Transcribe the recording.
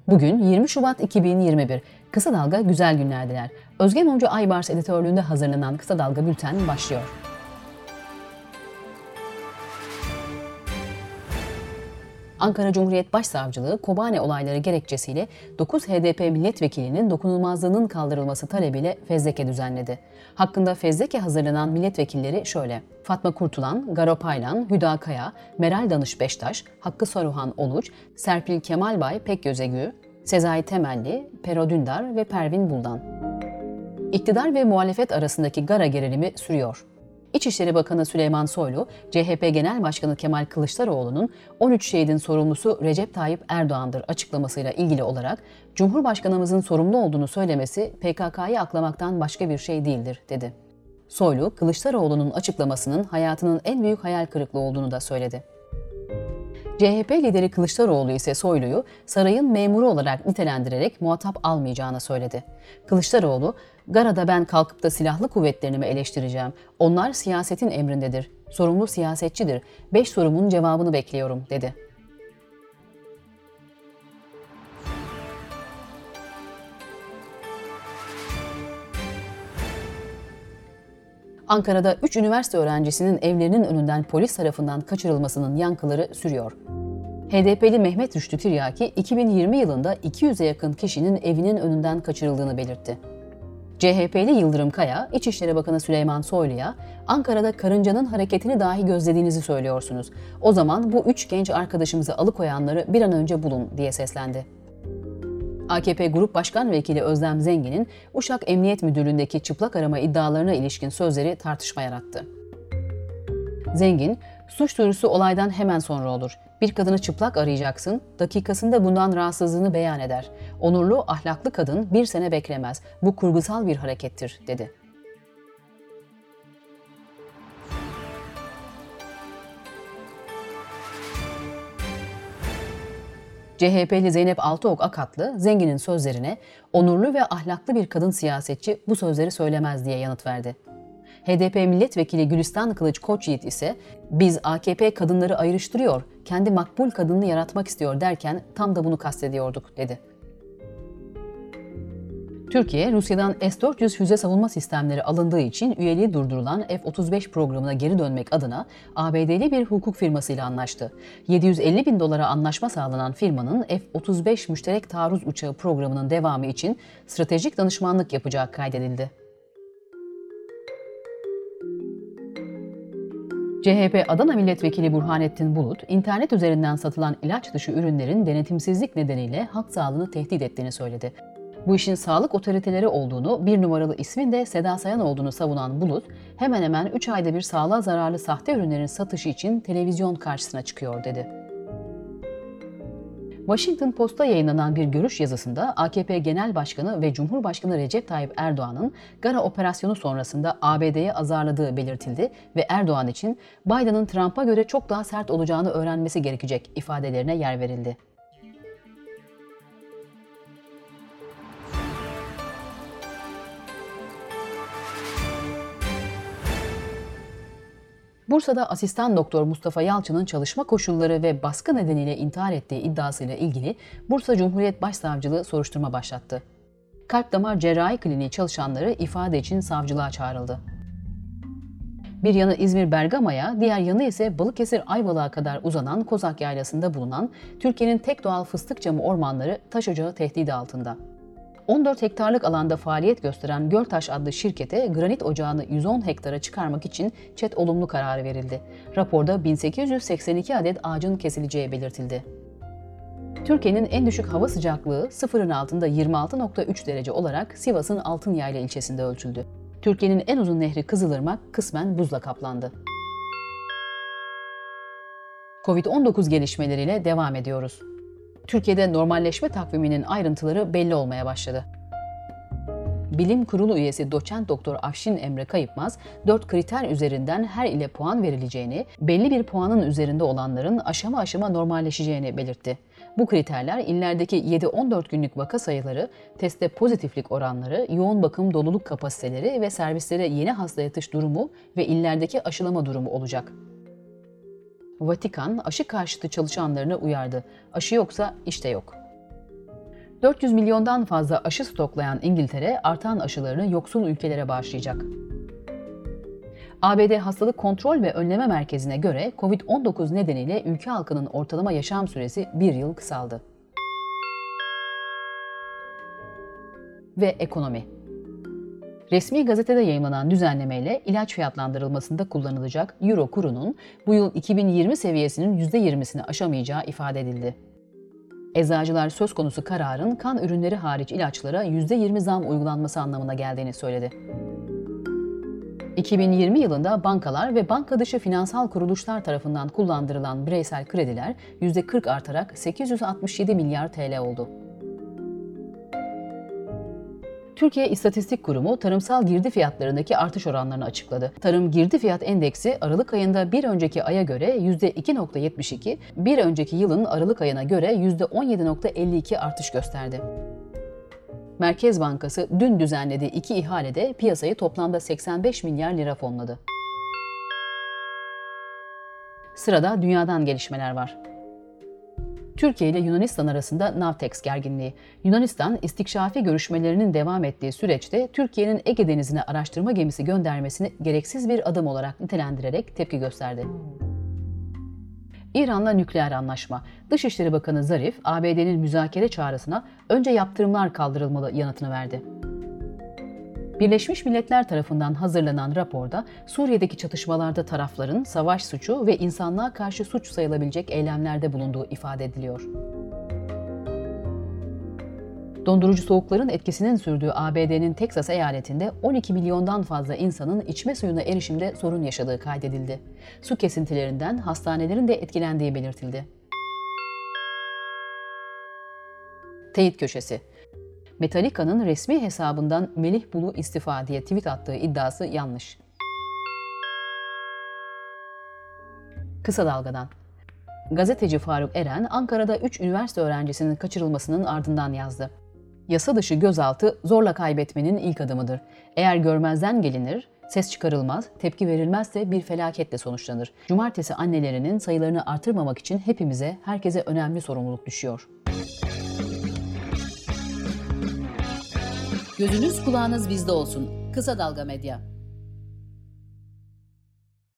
Bugün 20 Şubat 2021. Kısa Dalga güzel günlerdiler. Özge Mumcu Aybars editörlüğünde hazırlanan Kısa Dalga Bülten başlıyor. Ankara Cumhuriyet Başsavcılığı, Kobane olayları gerekçesiyle 9 HDP milletvekilinin dokunulmazlığının kaldırılması talebiyle fezleke düzenledi. Hakkında fezleke hazırlanan milletvekilleri şöyle: Fatma Kurtulan, Garo Paylan, Hüda Kaya, Meral Danış Beştaş, Hakkı Saruhan Oluç, Serpil Kemalbay Pekgözegü, Sezai Temelli, Pero Dündar ve Pervin Buldan. İktidar ve muhalefet arasındaki gara gerilimi sürüyor. İçişleri Bakanı Süleyman Soylu, CHP Genel Başkanı Kemal Kılıçdaroğlu'nun 13 şehidin sorumlusu Recep Tayyip Erdoğan'dır açıklamasıyla ilgili olarak Cumhurbaşkanımızın sorumlu olduğunu söylemesi PKK'yı aklamaktan başka bir şey değildir, dedi. Soylu, Kılıçdaroğlu'nun açıklamasının hayatının en büyük hayal kırıklığı olduğunu da söyledi. CHP lideri Kılıçdaroğlu ise Soylu'yu sarayın memuru olarak nitelendirerek muhatap almayacağını söyledi. Kılıçdaroğlu, "Gara'da ben kalkıp da silahlı kuvvetlerini mi eleştireceğim? Onlar siyasetin emrindedir. Sorumlu siyasetçidir. 5 sorumun cevabını bekliyorum," dedi. Ankara'da 3 üniversite öğrencisinin evlerinin önünden polis tarafından kaçırılmasının yankıları sürüyor. HDP'li Mehmet Rüştü Tiryaki, 2020 yılında 200'e yakın kişinin evinin önünden kaçırıldığını belirtti. CHP'li Yıldırım Kaya, İçişleri Bakanı Süleyman Soylu'ya "Ankara'da karıncanın hareketini dahi gözlediğinizi söylüyorsunuz. O zaman bu 3 genç arkadaşımızı alıkoyanları bir an önce bulun," diye seslendi. AKP Grup Başkan Vekili Özlem Zengin'in Uşak Emniyet Müdürlüğü'ndeki çıplak arama iddialarına ilişkin sözleri tartışma yarattı. Zengin, "Suç duyurusu olaydan hemen sonra olur. Bir kadını çıplak arayacaksın, dakikasında bundan rahatsızlığını beyan eder. Onurlu, ahlaklı kadın 1 sene beklemez. Bu kurgusal bir harekettir," dedi. CHP'li Zeynep Altıok Akatlı, Zengin'in sözlerine "Onurlu ve ahlaklı bir kadın siyasetçi bu sözleri söylemez," diye yanıt verdi. HDP milletvekili Gülistan Kılıç Koçyiğit ise "Biz AKP kadınları ayrıştırıyor, kendi makbul kadınını yaratmak istiyor derken tam da bunu kastediyorduk," dedi. Türkiye, Rusya'dan S-400 füze savunma sistemleri alındığı için üyeliği durdurulan F-35 programına geri dönmek adına ABD'li bir hukuk firmasıyla anlaştı. $750.000 anlaşma sağlanan firmanın F-35 müşterek taarruz uçağı programının devamı için stratejik danışmanlık yapacağı kaydedildi. CHP Adana Milletvekili Burhanettin Bulut, internet üzerinden satılan ilaç dışı ürünlerin denetimsizlik nedeniyle halk sağlığını tehdit ettiğini söyledi. Bu işin sağlık otoriteleri olduğunu, bir numaralı ismin de Seda Sayan olduğunu savunan Bulut, hemen hemen 3 ayda bir sağlığa zararlı sahte ürünlerin satışı için televizyon karşısına çıkıyor, dedi. Washington Post'ta yayınlanan bir görüş yazısında AKP Genel Başkanı ve Cumhurbaşkanı Recep Tayyip Erdoğan'ın Gara operasyonu sonrasında ABD'ye azarladığı belirtildi ve Erdoğan için "Biden'ın Trump'a göre çok daha sert olacağını öğrenmesi gerekecek," ifadelerine yer verildi. Bursa'da asistan doktor Mustafa Yalçın'ın çalışma koşulları ve baskı nedeniyle intihar ettiği iddiasıyla ilgili Bursa Cumhuriyet Başsavcılığı soruşturma başlattı. Kalp damar cerrahi kliniği çalışanları ifade için savcılığa çağrıldı. Bir yanı İzmir Bergama'ya, diğer yanı ise Balıkesir Ayvalık'a kadar uzanan Kozak Yaylası'nda bulunan Türkiye'nin tek doğal fıstık camı ormanları taş ocağı tehdidi altında. 14 hektarlık alanda faaliyet gösteren Göltaş adlı şirkete granit ocağını 110 hektara çıkarmak için ÇED olumlu kararı verildi. Raporda 1882 adet ağacın kesileceği belirtildi. Türkiye'nin en düşük hava sıcaklığı sıfırın altında 26,3 derece olarak Sivas'ın Altınyayla ilçesinde ölçüldü. Türkiye'nin en uzun nehri Kızılırmak kısmen buzla kaplandı. Covid-19 gelişmeleriyle devam ediyoruz. Türkiye'de normalleşme takviminin ayrıntıları belli olmaya başladı. Bilim Kurulu üyesi doçent doktor Afşin Emre Kayıpmaz, 4 kriter üzerinden her ile puan verileceğini, belli bir puanın üzerinde olanların aşama aşama normalleşeceğini belirtti. Bu kriterler illerdeki 7-14 günlük vaka sayıları, testte pozitiflik oranları, yoğun bakım doluluk kapasiteleri ve servislere yeni hasta yatış durumu ve illerdeki aşılama durumu olacak. Vatikan, aşı karşıtı çalışanlarını uyardı. Aşı yoksa işte yok. 400 milyondan fazla aşı stoklayan İngiltere, artan aşılarını yoksul ülkelere bağışlayacak. ABD Hastalık Kontrol ve Önleme Merkezi'ne göre COVID-19 nedeniyle ülke halkının ortalama yaşam süresi 1 yıl kısaldı. Ve ekonomi. Resmi gazetede yayımlanan düzenlemeyle ilaç fiyatlandırılmasında kullanılacak Euro kurunun bu yıl 2020 seviyesinin %20'sini aşamayacağı ifade edildi. Eczacılar söz konusu kararın kan ürünleri hariç ilaçlara %20 zam uygulanması anlamına geldiğini söyledi. 2020 yılında bankalar ve banka dışı finansal kuruluşlar tarafından kullandırılan bireysel krediler %40 artarak 867 milyar TL oldu. Türkiye İstatistik Kurumu tarımsal girdi fiyatlarındaki artış oranlarını açıkladı. Tarım Girdi Fiyat Endeksi Aralık ayında bir önceki aya göre %2,72, bir önceki yılın Aralık ayına göre %17,52 artış gösterdi. Merkez Bankası dün düzenlediği 2 ihalede piyasayı toplamda 85 milyar lira fonladı. Sırada dünyadan gelişmeler var. Türkiye ile Yunanistan arasında Navtex gerginliği. Yunanistan, istikşafi görüşmelerinin devam ettiği süreçte Türkiye'nin Ege Denizi'ne araştırma gemisi göndermesini gereksiz bir adım olarak nitelendirerek tepki gösterdi. İran'la nükleer anlaşma. Dışişleri Bakanı Zarif, ABD'nin müzakere çağrısına önce yaptırımlar kaldırılmalı yanıtını verdi. Birleşmiş Milletler tarafından hazırlanan raporda Suriye'deki çatışmalarda tarafların savaş suçu ve insanlığa karşı suç sayılabilecek eylemlerde bulunduğu ifade ediliyor. Dondurucu soğukların etkisinin sürdüğü ABD'nin Teksas eyaletinde 12 milyondan fazla insanın içme suyuna erişimde sorun yaşadığı kaydedildi. Su kesintilerinden hastanelerin de etkilendiği belirtildi. Teyit köşesi. Metallica'nın resmi hesabından Melih Bulu istifa diye tweet attığı iddiası yanlış. Kısa Dalga'dan. Gazeteci Faruk Eren, Ankara'da 3 üniversite öğrencisinin kaçırılmasının ardından yazdı. Yasa dışı gözaltı zorla kaybetmenin ilk adımıdır. Eğer görmezden gelinir, ses çıkarılmaz, tepki verilmezse bir felaketle sonuçlanır. Cumartesi annelerinin sayılarını artırmamak için hepimize, herkese önemli sorumluluk düşüyor. Gözünüz kulağınız bizde olsun. Kısa Dalga Medya.